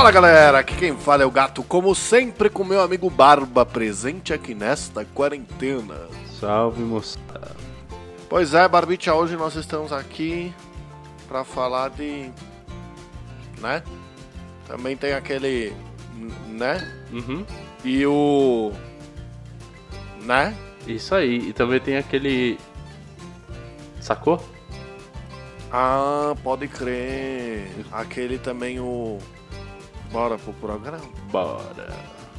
Fala galera, aqui quem fala é o Gato, como sempre com meu amigo Barba, presente aqui nesta quarentena. Salve moçada. Pois é, Barbicha, hoje nós estamos aqui pra falar de... né? Também tem aquele... né? Uhum. E o... né? Isso aí, e também tem aquele... sacou? Ah, pode crer. Aquele também o... Bora pro programa? Bora.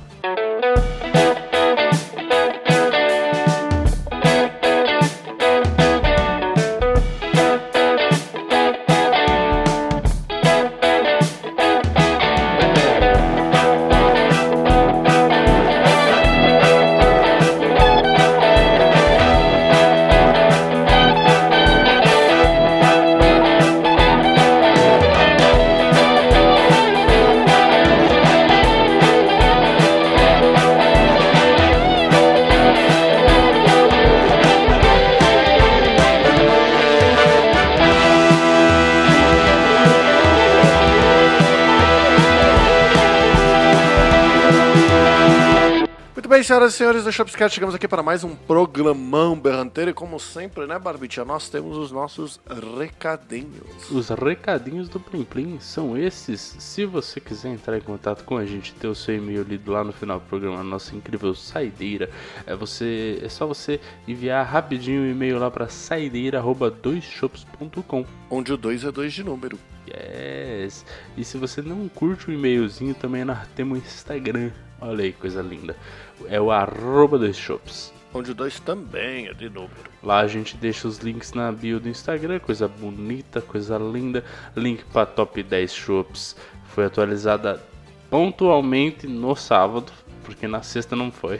Bem, senhoras e senhores do Shopscast, chegamos aqui para mais um programão berranteiro e como sempre, né, Barbicha, nós temos os nossos recadinhos. Os recadinhos do Plim Plim são esses. Se você quiser entrar em contato com a gente, ter o seu e-mail lido lá no final do programa, na nossa incrível saideira, é só você enviar rapidinho o e-mail lá para saideira@doisshops.com, onde o 2 é 2 de número. Yes. E se você não curte o e-mailzinho, também nós temos o Instagram. Olha aí, coisa linda. É o @doisshops. Onde o 2 também é de número. Lá a gente deixa os links na bio do Instagram, coisa bonita, coisa linda. Link para Top 10 Shops. Foi atualizada pontualmente no sábado, porque na sexta não foi.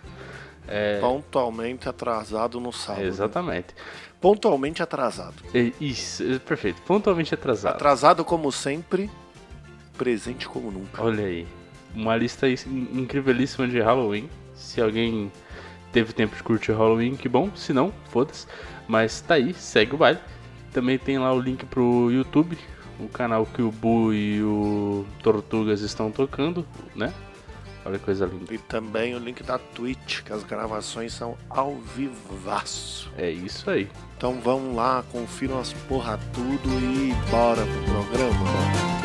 Pontualmente atrasado no sábado. Exatamente. Pontualmente atrasado. Isso, perfeito. Pontualmente atrasado. Atrasado como sempre, presente como nunca. Olha aí. Uma lista incrivelíssima de Halloween. Se alguém teve tempo de curtir Halloween, que bom. Se não, foda-se. Mas tá aí, segue o baile. Também tem lá o link pro YouTube, o canal que o Bu e o Tortugas estão tocando, né? Olha que coisa linda. E também o link da Twitch, que as gravações são ao vivaço. É isso aí. Então vamos lá, confiram as porra tudo e bora pro programa.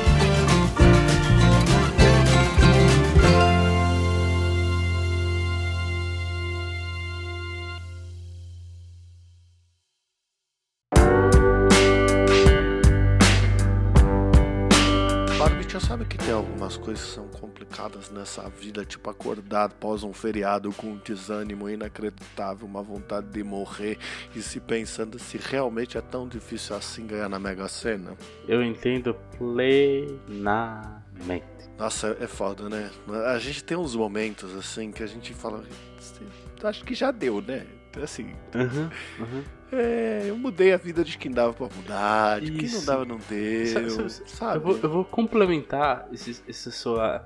Sabe que tem algumas coisas que são complicadas nessa vida, tipo acordar após um feriado com um desânimo inacreditável, uma vontade de morrer e se pensando se realmente é tão difícil assim ganhar na Mega Sena? Eu entendo plenamente. Nossa, é foda, né? A gente tem uns momentos assim que a gente fala, acho que já deu, né? Assim, eu mudei a vida de quem dava pra mudar, de quem não dava não deu, sabe? Eu vou complementar essa sua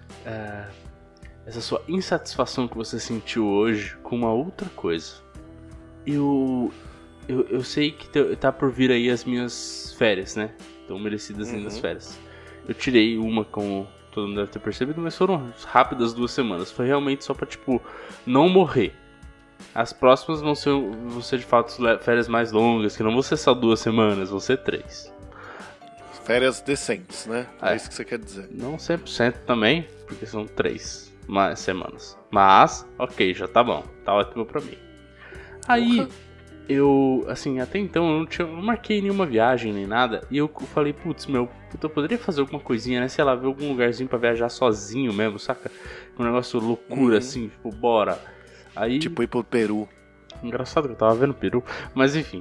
insatisfação que você sentiu hoje com uma outra coisa. Eu sei que tá por vir aí as minhas férias, né? Tão merecidas lindas férias. Eu tirei uma, como todo mundo deve ter percebido, mas foram rápidas 2 semanas. Foi realmente só pra, tipo, não morrer. As próximas vão ser de fato férias mais longas, que não vão ser só 2 semanas, vão ser 3. Férias decentes, né? É isso que você quer dizer. Não 100% também, porque são 3 semanas. Mas, ok, já tá bom. Tá ótimo pra mim. Aí, eu, assim, até então eu não marquei nenhuma viagem nem nada. E eu falei, putz, eu poderia fazer alguma coisinha, né? Sei lá, ver algum lugarzinho pra viajar sozinho mesmo, saca? Um negócio loucura, assim, tipo, bora. Aí, tipo ir pro Peru. Engraçado que eu tava vendo Peru, mas enfim.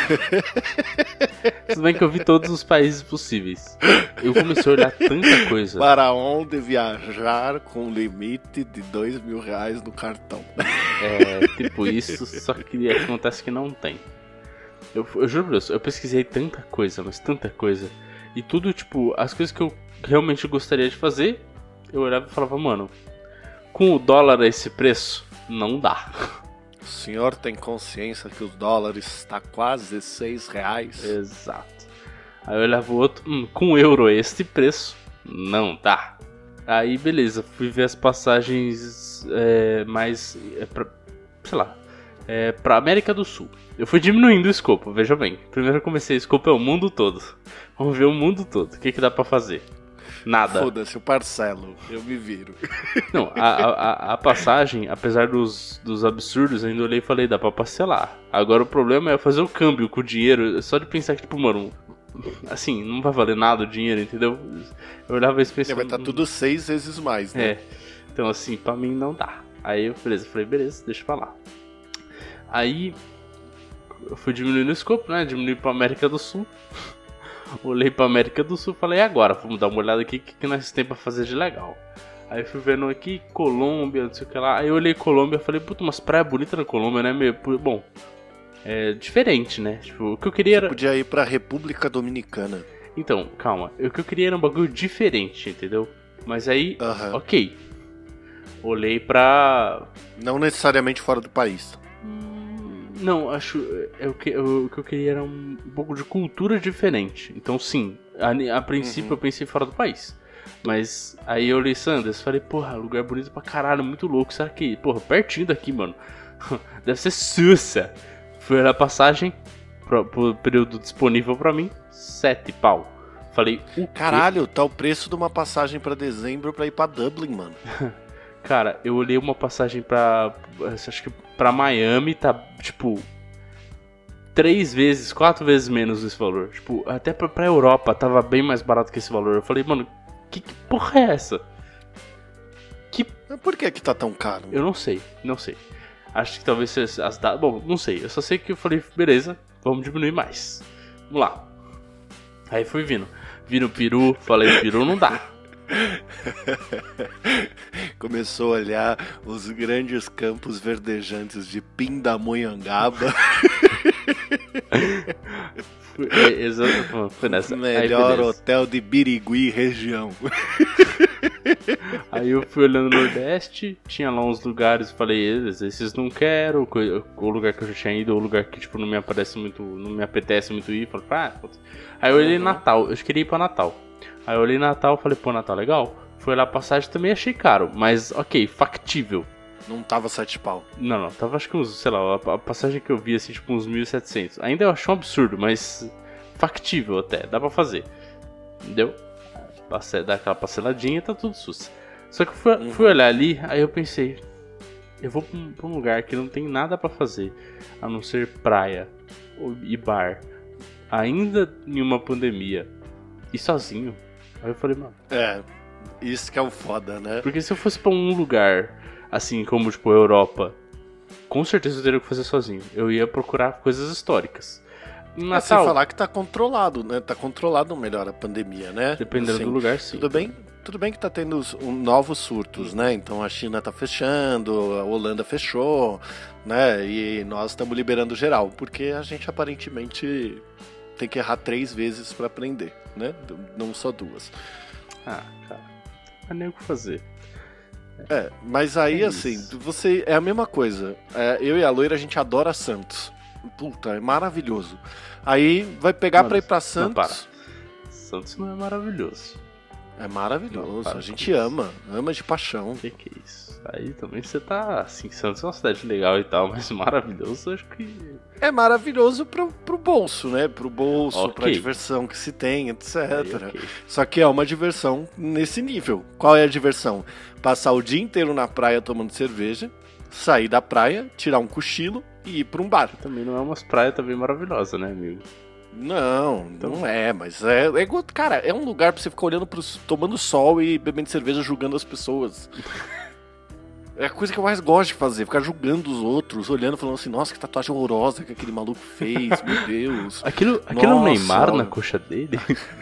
Tudo bem que eu vi todos os países possíveis. Eu comecei a olhar tanta coisa. Para onde viajar com limite de R$2.000 no cartão? É, tipo isso, só que acontece que não tem. Eu juro por Deus, eu pesquisei tanta coisa, mas tanta coisa. E tudo, tipo, as coisas que eu realmente gostaria de fazer, eu olhava e falava, mano, com o dólar a esse preço, não dá. O senhor tem consciência que o dólar está quase R$6? Exato. Aí eu olhava o outro, com euro a este preço, não dá. Aí, beleza, fui ver as passagens pra América do Sul. Eu fui diminuindo o escopo, veja bem. Primeiro eu comecei, o escopo é o mundo todo. Vamos ver o mundo todo, o que dá pra fazer? Nada. Foda-se, eu parcelo, eu me viro. Não, a passagem, apesar dos absurdos, ainda olhei e falei, dá pra parcelar. Agora o problema é fazer o câmbio com o dinheiro, só de pensar que, tipo, mano, assim, não vai valer nada o dinheiro, entendeu? Eu olhava isso pensando... Vai estar tudo 6 vezes mais, né? Então assim, pra mim não dá. Aí eu falei, beleza, deixa pra lá. Aí eu fui diminuindo o escopo, né? Diminui pra América do Sul. Olhei pra América do Sul e falei, e agora? Vamos dar uma olhada aqui, o que nós temos pra fazer de legal. Aí fui vendo aqui, Colômbia, não sei o que lá. Aí eu olhei Colômbia e falei, puta, umas praias bonitas na Colômbia, né? Meio, bom, é diferente, né? Tipo, o que eu queria era... Você podia ir pra República Dominicana. Então, calma. O que eu queria era um bagulho diferente, entendeu? Mas aí, ok. Olhei pra... Não necessariamente fora do país. Não, acho... O que eu queria era um pouco de cultura diferente. Então, sim. A princípio eu pensei fora do país. Mas aí eu olhei Sanders e falei, porra, lugar bonito pra caralho, muito louco. Será que... Porra, pertinho daqui, mano. Deve ser Sussa. Fui na passagem, pro período disponível pra mim, 7 pau. Falei, caralho, tá o preço de uma passagem pra dezembro pra ir pra Dublin, mano. Cara, eu olhei uma passagem acho que pra Miami, tá, tipo, 3 vezes, 4 vezes menos esse valor. Tipo, até pra Europa tava bem mais barato que esse valor. Eu falei, mano, que porra é essa? Por que tá tão caro? Eu não sei. Acho que talvez seja as datas... Bom, não sei. Eu só sei que eu falei, beleza, vamos diminuir mais. Vamos lá. Aí fui vindo. Vi no peru, falei, peru não dá. Começou a olhar os grandes campos verdejantes de Pindamonhangaba. Foi nessa. Melhor hotel de Birigui região. Aí eu fui olhando no Nordeste, tinha lá uns lugares, falei, esses não quero, o lugar que eu já tinha ido, o lugar que tipo não me apetece muito ir, falei, aí eu olhei Natal, eu queria ir pra Natal. Aí eu olhei Natal, falei, pô, Natal legal. Foi lá a passagem, também achei caro, mas ok, factível. Não tava 7 pau. Não, tava acho que uns, sei lá, a passagem que eu vi assim, tipo uns 1.700. Ainda eu achei um absurdo, mas factível até, dá pra fazer. Entendeu? Dar aquela parceladinha, tá tudo sus. Só que eu fui olhar ali, aí eu pensei, eu vou pra um lugar que não tem nada pra fazer, a não ser praia e bar, ainda em uma pandemia, e sozinho. Aí eu falei, mano... isso que é o foda, né? Porque se eu fosse pra um lugar, assim como tipo Europa, com certeza eu teria que fazer sozinho. Eu ia procurar coisas históricas. Natal, sem falar que tá controlado, né? Tá controlado melhor a pandemia, né? Dependendo do lugar, sim. Tudo bem que tá tendo novos surtos, né? Então a China tá fechando, a Holanda fechou, né? E nós estamos liberando geral, porque a gente aparentemente tem que errar 3 vezes pra aprender, né? Não só 2. Cara, não é nem o que fazer. Mas aí assim, você é a mesma coisa. Eu e a Loira, a gente adora Santos. Puta, é maravilhoso. Aí vai pegar pra ir pra Santos. Não, para. Santos não é maravilhoso. É maravilhoso, a gente ama de paixão. Que é isso? Aí também você tá assim, Santos é uma cidade legal e tal, mas maravilhoso, acho que... É maravilhoso pro bolso, né? Pro bolso, okay. Pra diversão que se tem, etc. Aí, okay. Só que é uma diversão nesse nível. Qual é a diversão? Passar o dia inteiro na praia tomando cerveja, sair da praia, tirar um cochilo e ir pra um bar. Também não é umas praias também maravilhosas, né, amigo? Não, então... não é, mas cara, é um lugar pra você ficar olhando tomando sol e bebendo cerveja, julgando as pessoas. É a coisa que eu mais gosto de fazer, ficar julgando os outros, olhando, falando assim, nossa, que tatuagem horrorosa que aquele maluco fez, meu Deus. Aquilo é o Neymar na coxa dele?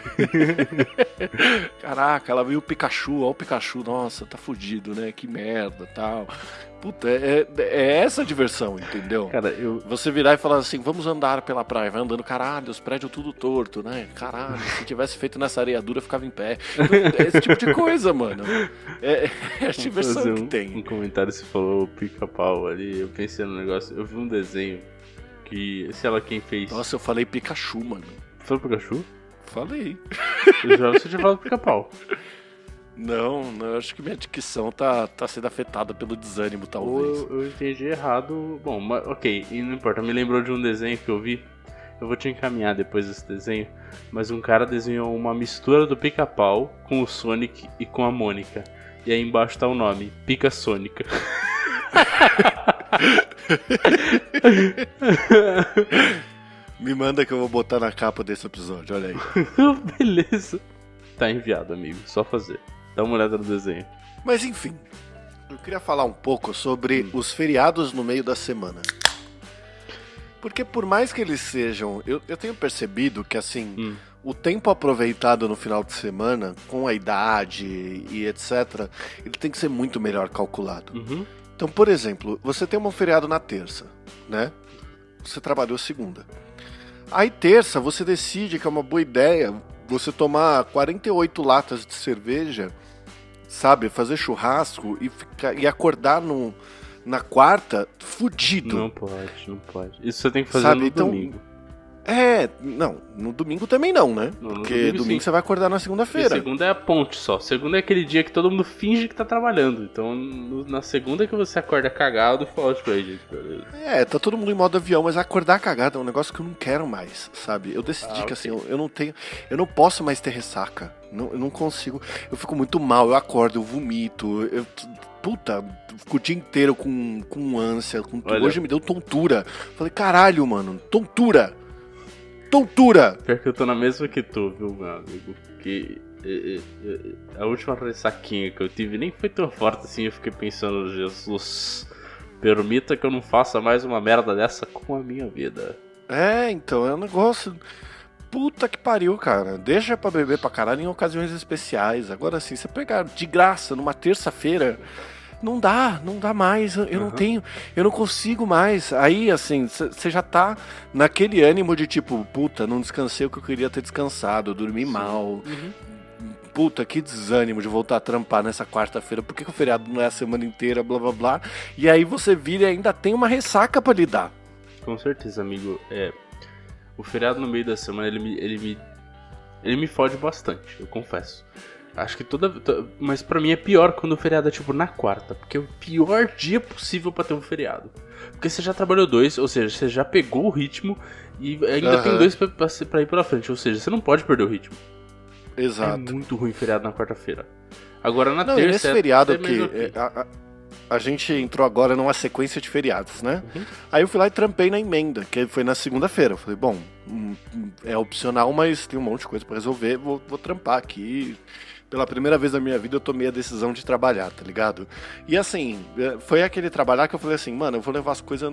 Caraca, ela viu o Pikachu, ó o Pikachu, nossa, tá fudido, né, que merda, tal. Puta, é essa a diversão, entendeu? Cara, Você virar e falar assim, vamos andar pela praia, vai andando, caralho, os prédios tudo torto, né? Caralho, se tivesse feito nessa areia dura, ficava em pé. É esse tipo de coisa, mano. É a diversão que tem. Um comentário, você falou Pica-Pau ali, eu pensei no negócio, eu vi um desenho que, sei lá quem fez. Nossa, eu falei Pikachu, mano. Falou Pikachu? Falei. Eu já você tinha falado Pica-Pau. Não, acho que minha dicção tá sendo afetada pelo desânimo, talvez. Ou eu entendi errado. Bom, mas, ok, e não importa. Me lembrou de um desenho que eu vi. Eu vou te encaminhar depois desse desenho. Mas um cara desenhou uma mistura do Pica-Pau com o Sonic e com a Mônica. E aí embaixo tá o nome, Pica Sônica. Me manda que eu vou botar na capa desse episódio, olha aí. Beleza. Tá enviado, amigo. Só fazer. Dá uma olhada no desenho. Mas enfim, eu queria falar um pouco sobre os feriados no meio da semana. Porque por mais que eles sejam... Eu tenho percebido que, assim, o tempo aproveitado no final de semana, com a idade e etc., ele tem que ser muito melhor calculado. Uhum. Então, por exemplo, você tem um feriado na terça, né? Você trabalhou segunda. Aí terça, você decide que é uma boa ideia você tomar 48 latas de cerveja, sabe? Fazer churrasco e acordar na quarta fudido. Não pode. Isso você tem que fazer no domingo. Não, no domingo também não, né? Porque domingo você vai acordar na segunda-feira. Segunda é a ponte só. Segunda é aquele dia que todo mundo finge que tá trabalhando. Então, na segunda é que você acorda cagado e fala, tipo, aí, gente, beleza. Tá todo mundo em modo avião, mas acordar cagado é um negócio que eu não quero mais, sabe? Eu decidi que assim, eu não posso mais ter ressaca. Eu não consigo. Eu fico muito mal, eu acordo, eu vomito, fico o dia inteiro com ânsia, com tudo. Hoje me deu tontura. Falei, caralho, mano, tontura! Pior que eu tô na mesma que tu, viu, meu amigo? Porque a última ressaquinha que eu tive nem foi tão forte assim. Eu fiquei pensando, Jesus, permita que eu não faça mais uma merda dessa com a minha vida. Então, é um negócio... Puta que pariu, cara. Deixa pra beber pra caralho em ocasiões especiais. Agora sim, você pegar de graça numa terça-feira... Não dá mais, eu não consigo mais. Aí, assim, você já tá naquele ânimo de tipo, puta, não descansei o que eu queria ter descansado, eu dormi mal. Puta, que desânimo de voltar a trampar nessa quarta-feira, por que o feriado não é a semana inteira, blá blá blá. E aí você vira e ainda tem uma ressaca pra lidar. Com certeza, amigo. O feriado no meio da semana, ele me fode bastante, eu confesso. Acho que mas pra mim é pior quando o feriado é tipo na quarta. Porque é o pior dia possível pra ter um feriado. Porque você já trabalhou 2, ou seja, você já pegou o ritmo. E ainda tem 2 pra ir pela frente. Ou seja, você não pode perder o ritmo. Exato. É muito ruim feriado na quarta-feira. Agora na terça... Não, nesse feriado que... A gente entrou agora numa sequência de feriados, né? Aí eu fui lá e trampei na emenda, que foi na segunda-feira. Eu falei, bom, é opcional, mas tem um monte de coisa pra resolver. Vou trampar aqui... Pela primeira vez na minha vida eu tomei a decisão de trabalhar, tá ligado? E assim, foi aquele trabalhar que eu falei assim, mano, eu vou levar as coisas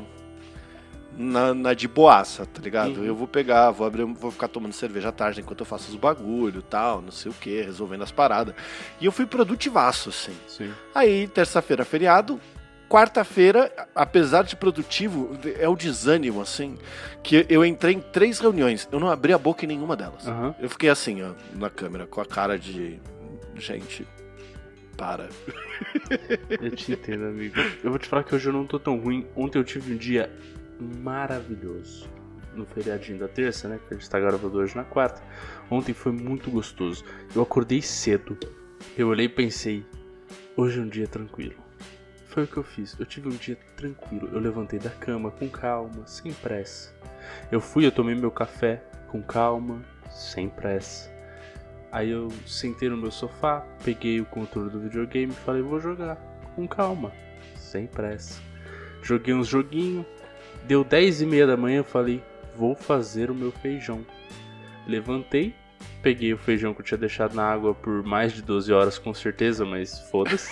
na de boaça, tá ligado? Eu vou pegar, vou ficar tomando cerveja à tarde enquanto eu faço os bagulho e tal, não sei o que, resolvendo as paradas. E eu fui produtivaço, assim. Sim. Aí, terça-feira, feriado. Quarta-feira, apesar de produtivo, é o desânimo, assim, que eu entrei em 3 reuniões, eu não abri a boca em nenhuma delas. Eu fiquei assim, ó, na câmera, com a cara de... Gente, para. Eu te entendo, amigo. Eu vou te falar que hoje eu não tô tão ruim. Ontem eu tive um dia maravilhoso. No feriadinho da terça, né, que a gente tá gravando hoje na quarta. Ontem foi muito gostoso. Eu acordei cedo. Eu olhei e pensei, hoje é um dia tranquilo. Foi o que eu fiz, eu tive um dia tranquilo. Eu levantei da cama com calma, sem pressa. Eu tomei meu café com calma, sem pressa. Aí eu sentei no meu sofá, peguei o controle do videogame e falei, vou jogar com calma, sem pressa. Joguei uns joguinhos, deu 10h30 da manhã, eu falei, vou fazer o meu feijão. Levantei, peguei o feijão que eu tinha deixado na água por mais de 12 horas, com certeza, mas foda-se.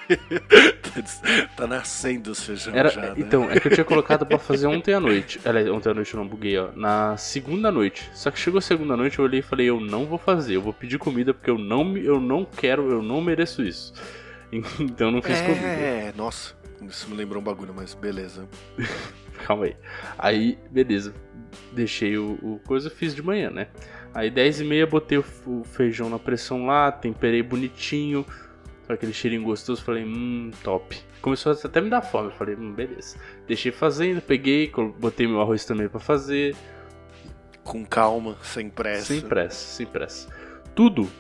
Tá nascendo os feijão já, né? Então, é que eu tinha colocado pra fazer ontem à noite. Aliás, ontem à noite eu não buguei, ó. Na segunda noite. Só que chegou a segunda noite, eu olhei e falei, eu não vou fazer. Eu vou pedir comida porque eu não quero, eu não mereço isso. Então eu não fiz comida. Nossa, isso me lembrou um bagulho, mas beleza. Calma aí. Aí, beleza. Deixei o coisa, fiz de manhã, né? Aí 10h30 botei o feijão na pressão lá, temperei bonitinho, aquele cheirinho gostoso, falei, top. Começou até a me dar fome, eu falei, beleza. Deixei fazendo, peguei, botei meu arroz também pra fazer. Com calma, sem pressa. Sem pressa. Tudo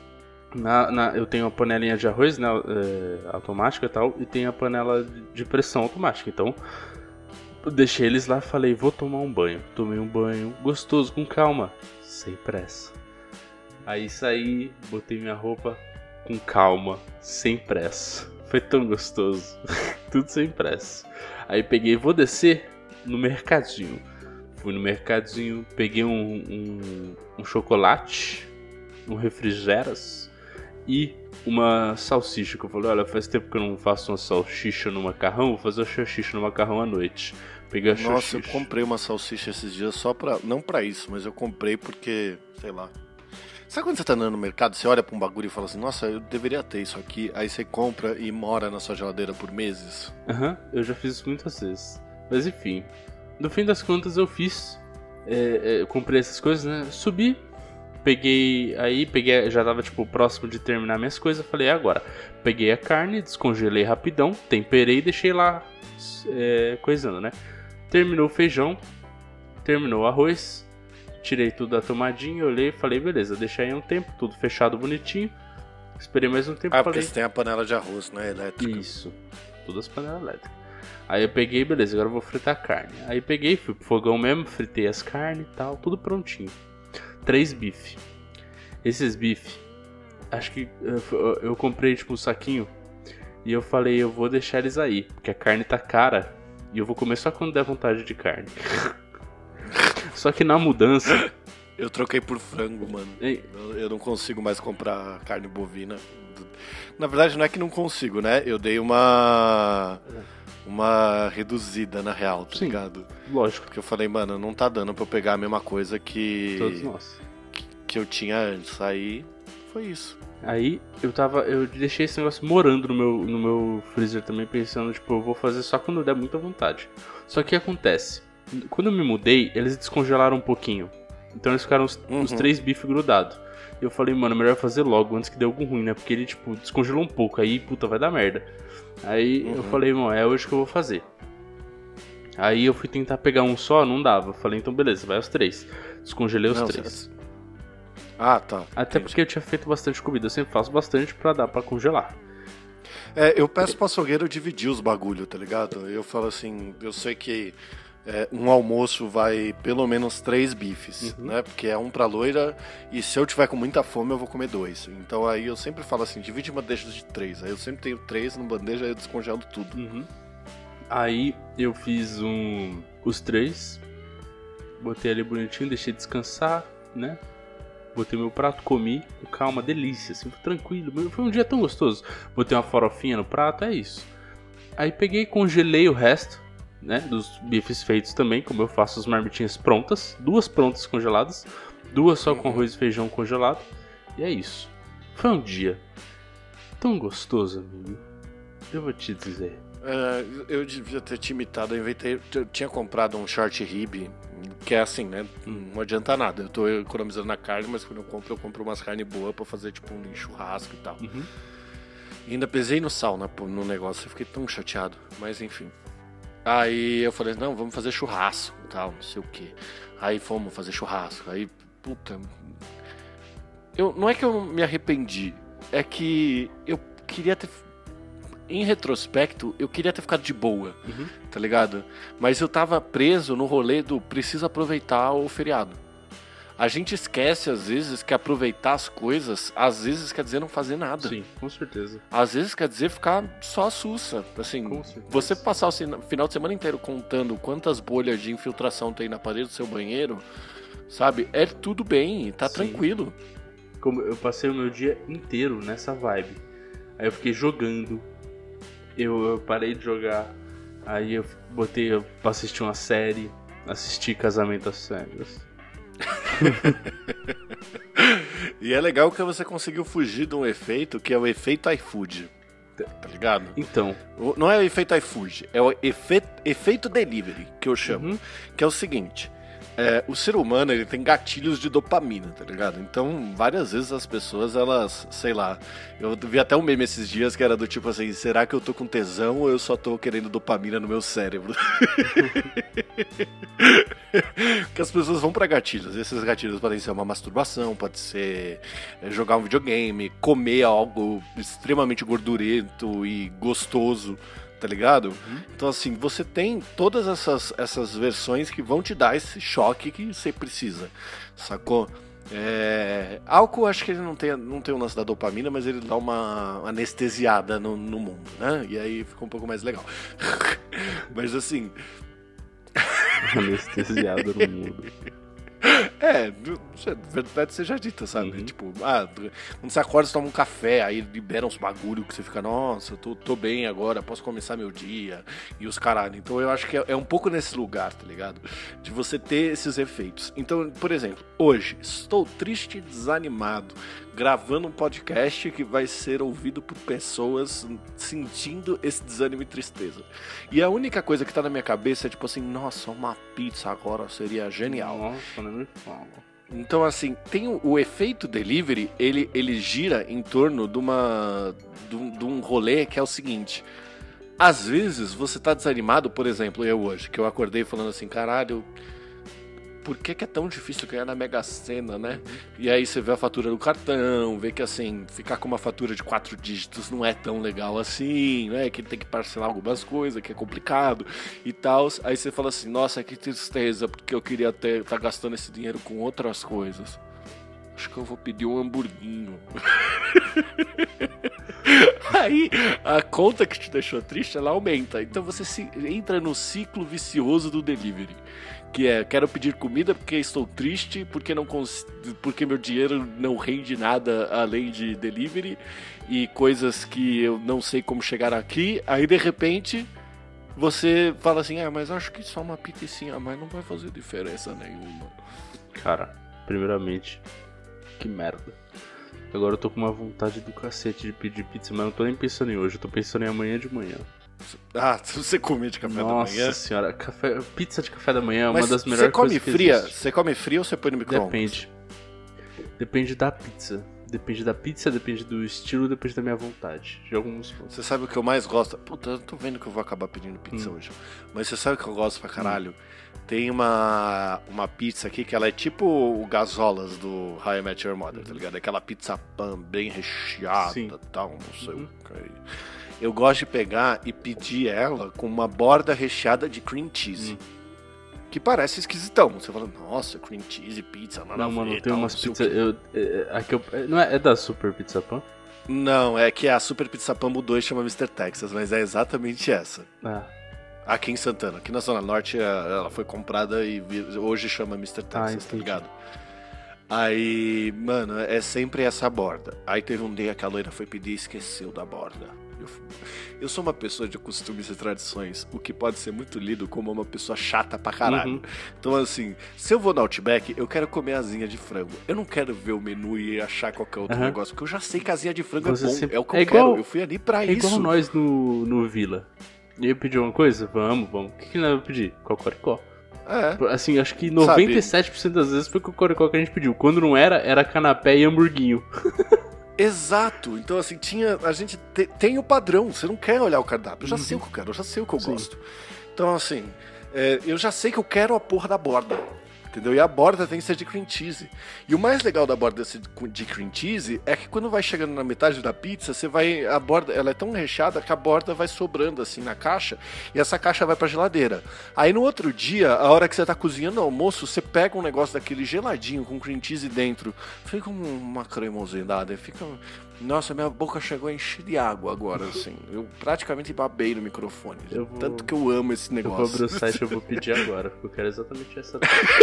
Eu tenho a panelinha de arroz, né, automática e tal, e tenho a panela de pressão automática. Então, eu deixei eles lá e falei, vou tomar um banho. Tomei um banho gostoso, com calma, sem pressa. Aí saí, botei minha roupa com calma, sem pressa. Foi tão gostoso, tudo sem pressa. Aí peguei, vou descer no mercadinho. Fui no mercadinho, peguei um chocolate, um refrigeras e uma salsicha. Que eu falei, olha, faz tempo que eu não faço uma salsicha no macarrão, vou fazer uma salsicha no macarrão à noite. Peguei a salsicha. Nossa, eu comprei uma salsicha esses dias só pra... Não pra isso, mas eu comprei porque, sei lá... Sabe quando você tá andando no mercado, você olha pra um bagulho e fala assim, nossa, eu deveria ter isso aqui, aí você compra e mora na sua geladeira por meses? Eu já fiz isso muitas vezes. Mas enfim, no fim das contas eu fiz, eu comprei essas coisas, né, subi, peguei, já tava tipo próximo de terminar minhas coisas, falei, agora, peguei a carne, descongelei rapidão, temperei e deixei lá coisando, né. Terminou o feijão, terminou o arroz, tirei tudo da tomadinha, olhei e falei, beleza, deixei aí um tempo, tudo fechado bonitinho. Esperei mais um tempo e falei... porque você tem a panela de arroz, né, elétrica. Isso, todas as panelas elétricas. Aí eu peguei, beleza, agora eu vou fritar a carne. Aí peguei, fui pro fogão mesmo, fritei as carnes e tal, tudo prontinho. 3 bife. Esses bife, acho que eu comprei tipo um saquinho e eu falei, eu vou deixar eles aí, porque a carne tá cara e eu vou comer só quando der vontade de carne. Só que na mudança... Eu troquei por frango, mano. Eu não consigo mais comprar carne bovina. Na verdade, não é que não consigo, né? Eu dei uma reduzida, na real, tá ligado? Lógico. Porque eu falei, mano, não tá dando pra eu pegar a mesma coisa que... Todos nós. Que eu tinha antes. Aí, foi isso. Aí, eu deixei esse negócio morando no meu freezer também, pensando, tipo, eu vou fazer só quando der muita vontade. Só que o que acontece? Quando eu me mudei, eles descongelaram um pouquinho. Então eles ficaram os 3 bifes grudados. E eu falei, mano, melhor fazer logo antes que dê algum ruim, né? Porque ele, tipo, descongelou um pouco. Aí, puta, vai dar merda. Aí eu falei, mano, é hoje que eu vou fazer. Aí eu fui tentar pegar um só, não dava. Falei, então beleza, vai aos 3. Descongelei os 3. Ah, tá. Até porque eu tinha feito bastante comida. Eu sempre faço bastante pra dar pra congelar. Eu peço pro açougueiro dividir os bagulho, tá ligado? Eu falo assim, eu sei que... um almoço vai pelo menos 3 bifes, né? Porque é um pra loira e se eu tiver com muita fome eu vou comer 2. Então aí eu sempre falo assim, divide uma bandeja de 3. Aí eu sempre tenho 3 no bandeja e eu descongelo tudo. Aí eu fiz os 3, botei ali bonitinho, deixei descansar, né? Botei meu prato, comi, com calma, delícia, assim, tranquilo. Foi um dia tão gostoso. Botei uma farofinha no prato, é isso. Aí peguei e congelei o resto, né, dos bifes feitos também, como eu faço as marmitinhas prontas, 2 prontas congeladas, 2 só com arroz e feijão congelado, e é isso. Foi um dia tão gostoso, amigo, eu vou te dizer. Eu devia ter te imitado, eu tinha comprado um short rib, que é assim, né, não adianta nada, eu tô economizando na carne, mas quando eu compro umas carnes boas pra fazer tipo um churrasco e tal. E ainda pesei no sal no negócio, eu fiquei tão chateado, mas enfim. Aí eu falei, não, vamos fazer churrasco e tal, não sei o que. Aí fomos fazer churrasco. Aí, puta... Não é que eu me arrependi, é que eu queria ter... Em retrospecto, eu queria ter ficado de boa, tá ligado? Mas eu tava preso no rolê do preciso aproveitar o feriado. A gente esquece, às vezes, que aproveitar as coisas, às vezes quer dizer não fazer nada. Sim, com certeza. Às vezes quer dizer ficar só sussa. Assim, você passar o final de semana inteiro contando quantas bolhas de infiltração tem na parede do seu banheiro, sabe? É tudo bem, tá tranquilo. Como eu passei o meu dia inteiro nessa vibe. Aí eu fiquei jogando. Eu parei de jogar. Aí eu botei pra assistir uma série. Assisti Casamento às Cegas. E é legal que você conseguiu fugir de um efeito que é o efeito iFood, tá ligado? Então, não é o efeito iFood, é o efeito delivery que eu chamo, que é o seguinte: o ser humano, ele tem gatilhos de dopamina, tá ligado? Então, várias vezes as pessoas, elas, sei lá, eu vi até um meme esses dias que era do tipo assim, será que eu tô com tesão ou eu só tô querendo dopamina no meu cérebro? Porque as pessoas vão pra gatilhos. Esses gatilhos podem ser uma masturbação, pode ser jogar um videogame, comer algo extremamente gordurento e gostoso, tá ligado? Então, assim, você tem todas essas versões que vão te dar esse choque que você precisa, sacou? Álcool, acho que ele não tem o lance da dopamina, mas ele dá uma anestesiada no mundo, né? E aí fica um pouco mais legal. Mas, assim... Anestesiada no mundo. Verdade seja dita, sabe? Tipo, quando você acorda, você toma um café, aí libera uns bagulho que você fica, nossa, tô bem agora, posso começar meu dia, e os caralho. Então eu acho que é um pouco nesse lugar, tá ligado? De você ter esses efeitos. Então, por exemplo, hoje, estou triste e desanimado, gravando um podcast que vai ser ouvido por pessoas sentindo esse desânimo e tristeza. E a única coisa que tá na minha cabeça é tipo assim, nossa, uma pizza agora seria genial. Nossa, não me fala. Então, assim, tem o efeito delivery, ele gira em torno de um rolê que é o seguinte. Às vezes, você tá desanimado, por exemplo, eu hoje, que eu acordei falando assim, caralho, por que é tão difícil ganhar na Mega Sena, né? E aí você vê a fatura do cartão, vê que, assim, ficar com uma fatura de 4 dígitos não é tão legal assim, né? Que tem que parcelar algumas coisas, que é complicado e tal. Aí você fala assim, nossa, que tristeza, porque eu queria tá gastando esse dinheiro com outras coisas. Acho que eu vou pedir um hamburguinho. Aí a conta que te deixou triste, ela aumenta. Então você entra no ciclo vicioso do delivery. Que é, quero pedir comida porque estou triste, porque meu dinheiro não rende nada além de delivery e coisas que eu não sei como chegar aqui. Aí de repente você fala assim, mas acho que só uma pizzinha, mas não vai fazer diferença nenhuma. Cara, primeiramente, que merda. Agora eu tô com uma vontade do cacete de pedir pizza, mas não tô nem pensando em hoje, eu tô pensando em amanhã de manhã. Se você comer de café da manhã. Nossa senhora, pizza de café da manhã é uma das melhores coisas que existe. Você come fria ou você põe no micro-ondas? Depende da pizza. Depende da pizza, depende do estilo, depende da minha vontade. De alguns pontos. Você sabe o que eu mais gosto? Puta, eu tô vendo que eu vou acabar pedindo pizza hoje. Mas você sabe o que eu gosto pra caralho? Tem uma pizza aqui que ela é tipo o Gasolas do How I Met Your Mother, tá ligado? Aquela pizza pan bem recheada e tal, não sei o que. Eu gosto de pegar e pedir ela com uma borda recheada de cream cheese. Que parece esquisitão. Você fala, nossa, cream cheese, pizza, nada a ver. Mano, tem umas pizzas... Não é da Super Pizza Pan? Não, é que a Super Pizza Pan mudou e chama Mr. Texas, mas é exatamente essa. Aqui em Santana. Aqui na Zona Norte ela foi comprada e hoje chama Mr. Texas, tá ligado? Aí, mano, é sempre essa borda. Aí teve um dia que a loira foi pedir e esqueceu da borda. Eu sou uma pessoa de costumes e tradições, o que pode ser muito lido como uma pessoa chata pra caralho. Então, assim, se eu vou no Outback, eu quero comer asinha de frango. Eu não quero ver o menu e achar qualquer outro negócio, porque eu já sei que a asinha de frango é bom. É o que eu quero. Eu fui ali pra isso. É igual nós no Vila. E eu pedi uma coisa? Vamos. O que nós vamos pedir? Cocoricó. Assim, acho que 97% das vezes foi cocoricó que a gente pediu. Quando não era canapé e hamburguinho. Exato, então assim, a gente tem o padrão, você não quer olhar o cardápio, eu já sei o que eu quero, eu já sei o que eu gosto. Então assim, eu já sei que eu quero a porra da borda, entendeu? E a borda tem que ser de cream cheese. E o mais legal da borda de cream cheese é que quando vai chegando na metade da pizza, a borda, ela é tão recheada que a borda vai sobrando assim na caixa, e essa caixa vai pra geladeira. Aí no outro dia, a hora que você tá cozinhando o almoço, você pega um negócio daquele geladinho com cream cheese dentro, fica uma cremosidade, fica... Nossa, minha boca chegou a encher de água agora, assim. Eu praticamente babei no microfone. Tanto que eu amo esse negócio. Eu vou abrir o site e eu vou pedir agora, porque eu quero exatamente essa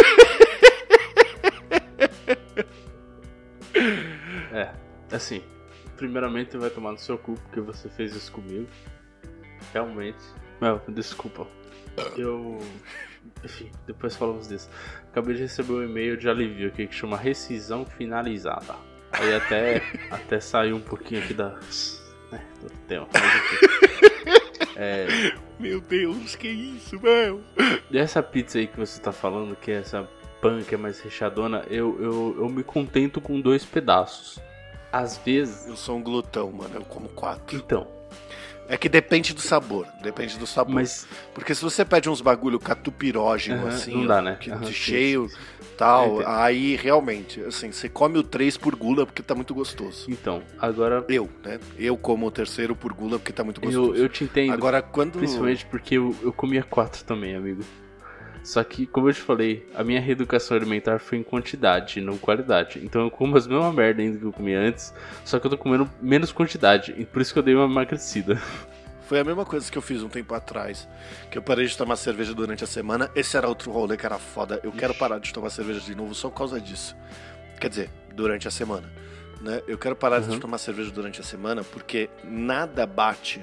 assim, primeiramente vai tomar no seu cu, porque você fez isso comigo. Realmente. Não, desculpa. Enfim, depois falamos disso. Acabei de receber um e-mail de alívio aqui que chama rescisão finalizada. Aí até saiu um pouquinho aqui do tema. Meu Deus, que isso, meu? E essa pizza aí que você tá falando, que é essa pan, que é mais recheadona, eu me contento com 2 pedaços. Às vezes... Eu sou um glutão, mano, eu como 4. Então... É que depende do sabor, Mas... Porque se você pede uns bagulho catupirógeno, assim, não dá, né? Cheio, tal, aí realmente, assim, você come o 3 por gula porque tá muito gostoso. Então, agora... Eu como o 3º por gula porque tá muito gostoso. Eu te entendo. Agora, quando... Principalmente porque eu comia 4 também, amigo. Só que, como eu te falei, a minha reeducação alimentar foi em quantidade, não qualidade. Então eu como as mesmas merda ainda que eu comia antes, só que eu tô comendo menos quantidade. E por isso que eu dei uma emagrecida. Foi a mesma coisa que eu fiz um tempo atrás, que eu parei de tomar cerveja durante a semana. Esse era outro rolê que era foda. Eu quero parar de tomar cerveja de novo só por causa disso. Quer dizer, durante a semana, né? Eu quero parar de tomar cerveja durante a semana porque nada bate.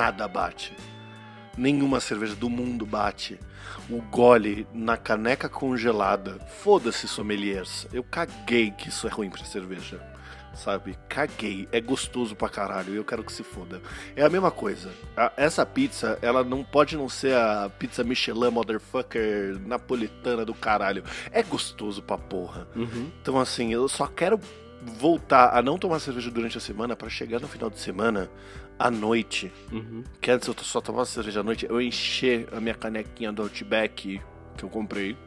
Nenhuma cerveja do mundo bate o gole na caneca congelada. Foda-se, sommeliers. Eu caguei que isso é ruim pra cerveja. Sabe? Caguei. É gostoso pra caralho. E eu quero que se foda. É a mesma coisa. Essa pizza, ela não pode não ser a pizza Michelin motherfucker napolitana do caralho. É gostoso pra porra. Então, assim, eu só quero voltar a não tomar cerveja durante a semana pra chegar no final de semana à noite, que antes eu só tomava cerveja à noite, eu encher a minha canequinha do Outback que eu comprei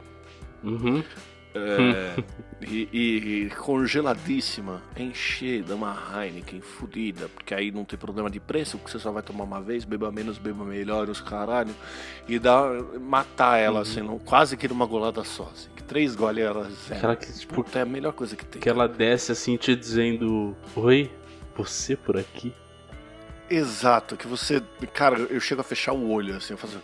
e congeladíssima, encher de uma Heineken fodida, porque aí não tem problema de preço, porque você só vai tomar uma vez, beba menos, beba melhor, os caralho, e matar ela assim, quase que numa golada só, assim, que 3 goles ela aquela que, tipo, é a melhor coisa que tem. Que ela desce assim te dizendo: oi, você por aqui? Exato, que você... Cara, eu chego a fechar o olho, assim, eu faço...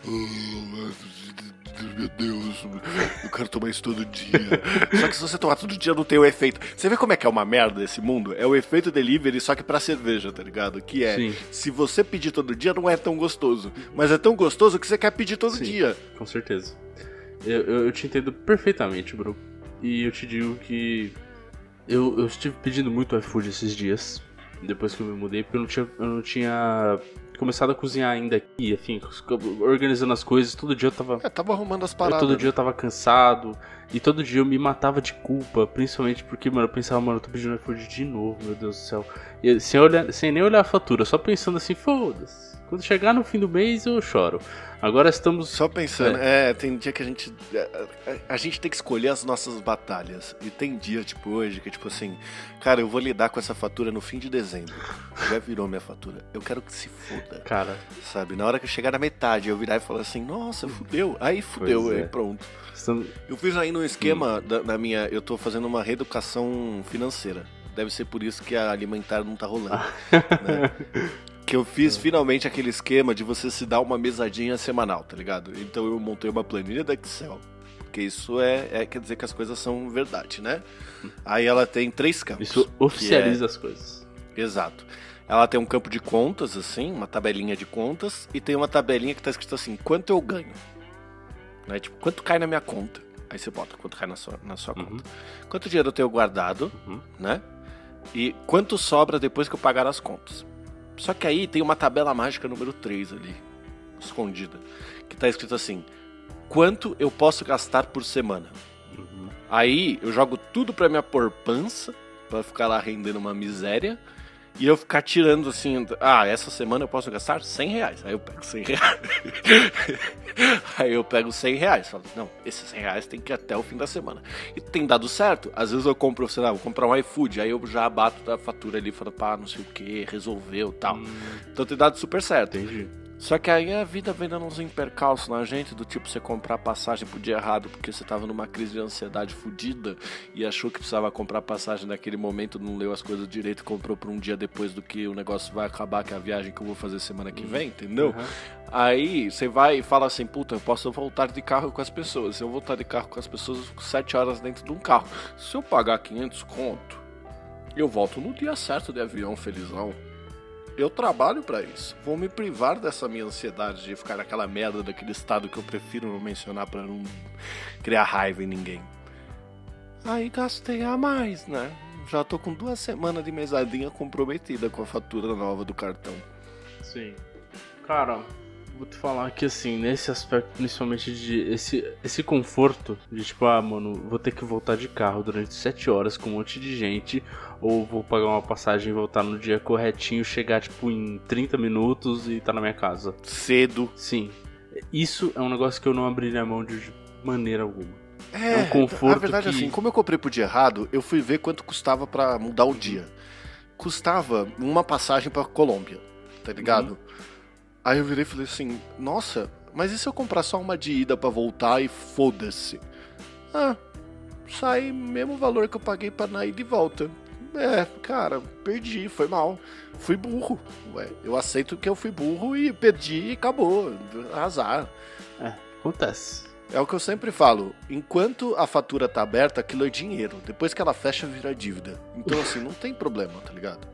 Meu Deus, eu quero tomar isso todo dia. Só que se você tomar todo dia não tem o efeito. Você vê como é que é uma merda esse mundo? É o efeito delivery, só que pra cerveja, tá ligado? Que é, sim, se você pedir todo dia não é tão gostoso, mas é tão gostoso que você quer pedir todo dia. Com certeza. Eu te entendo perfeitamente, bro. E eu te digo que eu estive pedindo muito iFood esses dias, depois que eu me mudei, porque eu não tinha começado a cozinhar ainda aqui, enfim, organizando as coisas. Todo dia eu tava... tava arrumando as paradas. Todo dia eu tava cansado, e todo dia eu me matava de culpa, principalmente porque, mano, eu pensava, mano, eu tô pedindo iFood de novo, meu Deus do céu. E, sem nem olhar a fatura, só pensando assim, foda-se. Quando chegar no fim do mês eu choro. Agora estamos... Só pensando, tem dia que a gente tem que escolher as nossas batalhas. E tem dia, tipo hoje, que tipo assim, cara, eu vou lidar com essa fatura no fim de dezembro. Já virou minha fatura. Eu quero que se foda. Cara. Sabe, na hora que eu chegar na metade, eu virar e falar assim, nossa, fudeu. Aí fudeu, aí pronto. Eu fiz aí no esquema da minha... Eu tô fazendo uma reeducação financeira. Deve ser por isso que a alimentar não tá rolando. Né? Que eu fiz finalmente aquele esquema de você se dar uma mesadinha semanal, tá ligado? Então eu montei uma planilha da Excel. Porque isso quer dizer que as coisas são verdade, né? Aí ela tem 3 campos. Isso oficializa as coisas. Exato. Ela tem um campo de contas, assim, uma tabelinha de contas, e tem uma tabelinha que tá escrito assim, quanto eu ganho. Né? Tipo, quanto cai na minha conta. Aí você bota quanto cai na sua conta. Quanto dinheiro eu tenho guardado, né? E quanto sobra depois que eu pagar as contas. Só que aí tem uma tabela mágica número 3 ali, escondida, que tá escrito assim, quanto eu posso gastar por semana. Aí eu jogo tudo pra minha poupança, pra ficar lá rendendo uma miséria, e eu ficar tirando assim, essa semana eu posso gastar R$100. Aí eu pego R$100. Aí eu pego R$100. Falo, não, esses R$100 tem que ir até o fim da semana. E tem dado certo. Às vezes eu compro, sei lá, vou comprar um iFood. Aí eu já bato da fatura ali e falo, não sei o que, resolveu e tal. Então tem dado super certo. Entendi. Só que aí a vida vem dando uns percalços na gente, do tipo você comprar passagem pro dia errado porque você tava numa crise de ansiedade fodida e achou que precisava comprar passagem naquele momento, não leu as coisas direito e comprou por um dia depois do que o negócio vai acabar, que é a viagem que eu vou fazer semana que vem, entendeu? Aí você vai e fala assim, puta, eu posso voltar de carro com as pessoas. Se eu voltar de carro com as pessoas, eu fico 7 horas dentro de um carro. Se eu pagar 500 conto, eu volto no dia certo de avião, felizão. Eu trabalho pra isso. Vou me privar dessa minha ansiedade de ficar naquela merda daquele estado que eu prefiro não mencionar pra não criar raiva em ninguém. Aí gastei a mais, né? Já tô com 2 semanas de mesadinha comprometida com a fatura nova do cartão. Sim. Cara, Vou te falar que assim, nesse aspecto, principalmente de esse conforto de tipo, mano, vou ter que voltar de carro durante 7 horas com um monte de gente, ou vou pagar uma passagem e voltar no dia corretinho, chegar tipo em 30 minutos e tá na minha casa. Cedo. Sim. Isso é um negócio que eu não abriria a mão de maneira alguma. É um conforto. A verdade é assim, como eu comprei pro dia errado, eu fui ver quanto custava pra mudar o dia. Custava uma passagem pra Colômbia, tá ligado? Aí eu virei e falei assim, nossa, mas e se eu comprar só uma de ida pra voltar e foda-se? Sai mesmo valor que eu paguei pra na ida e volta. Cara, perdi, foi mal. Fui burro. Eu aceito que eu fui burro e perdi e acabou. Azar. Acontece. É o que eu sempre falo, enquanto a fatura tá aberta, aquilo é dinheiro. Depois que ela fecha, vira dívida. Então assim, não tem problema, tá ligado?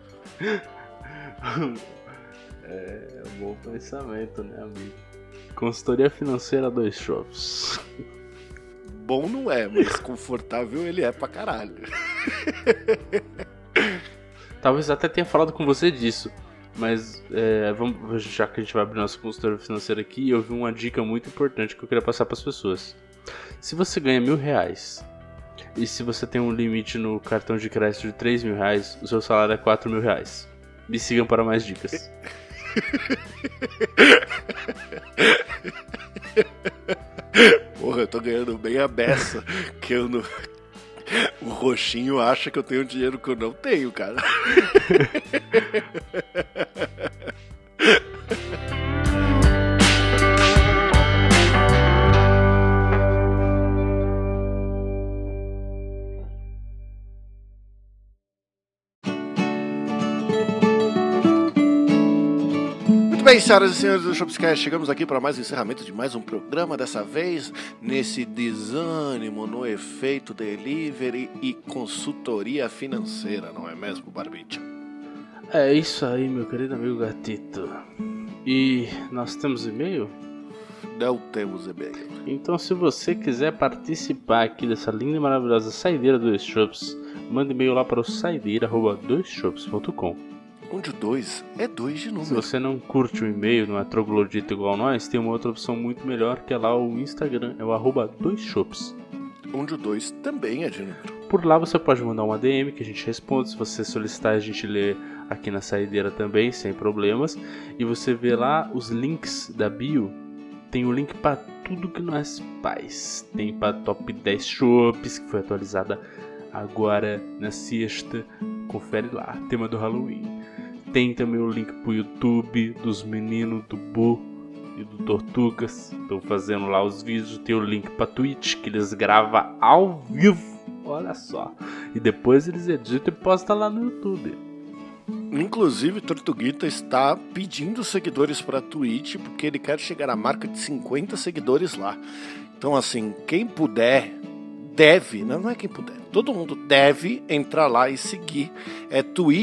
É um bom pensamento, né, amigo? Consultoria financeira 2 Shops. Bom não é, mas confortável ele é pra caralho. Talvez até tenha falado com você disso. Mas já que a gente vai abrir nossa consultoria financeira aqui, eu vi uma dica muito importante que eu queria passar para as pessoas. Se você ganha R$1.000 e se você tem um limite no cartão de crédito de R$3.000, o seu salário é R$4.000. Me sigam para mais dicas. Porra, eu tô ganhando bem a beça. Que eu não... O roxinho acha que eu tenho dinheiro que eu não tenho, cara. Muito bem, senhoras e senhores do Shopscast, chegamos aqui para mais um encerramento de mais um programa, dessa vez nesse desânimo no efeito delivery e consultoria financeira, não é mesmo, Barbicha? É isso aí, meu querido amigo Gatito. E nós temos e-mail? Não temos e-mail. Então, se você quiser participar aqui dessa linda e maravilhosa saideira do 2 Shops, manda e-mail lá para o saideira@2shops.com. Onde o 2 é 2 de número. Se você não curte o e-mail, não é troglodita igual nós, tem uma outra opção muito melhor, que é lá o Instagram, é o @2shops. Onde o 2 também é de número. Por lá você pode mandar uma DM que a gente responde. Se você solicitar, a gente lê aqui na saideira também, sem problemas. E você vê lá os links da bio. Tem o link para tudo que nós faz. Tem para Top 10 Shops, que foi atualizada agora na sexta. Confere lá, tema do Halloween. Tem também o link pro YouTube dos meninos do Bu e do Tortugas. Estão fazendo lá os vídeos. Tem o link pra Twitch, que eles gravam ao vivo. Olha só. E depois eles editam e postam lá no YouTube. Inclusive, Tortuguita está pedindo seguidores pra Twitch, porque ele quer chegar à marca de 50 seguidores lá. Então, assim, quem puder, deve, não é quem puder, todo mundo deve entrar lá e seguir. É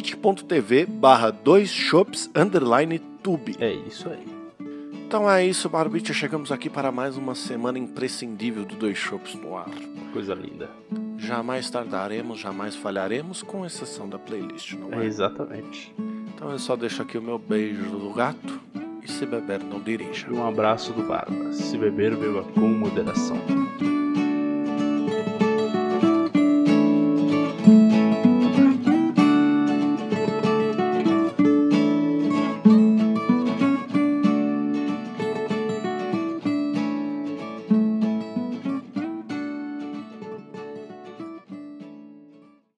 twitch.tv/2shops_tube. É isso aí. Então é isso, Barbicha. Chegamos aqui para mais uma semana imprescindível do 2 Shops no ar. Coisa linda. Jamais tardaremos, jamais falharemos, com exceção da playlist, não é? Exatamente. Então eu só deixo aqui o meu beijo do gato. E se beber, não dirija. E um abraço do Barba. Se beber, beba com moderação.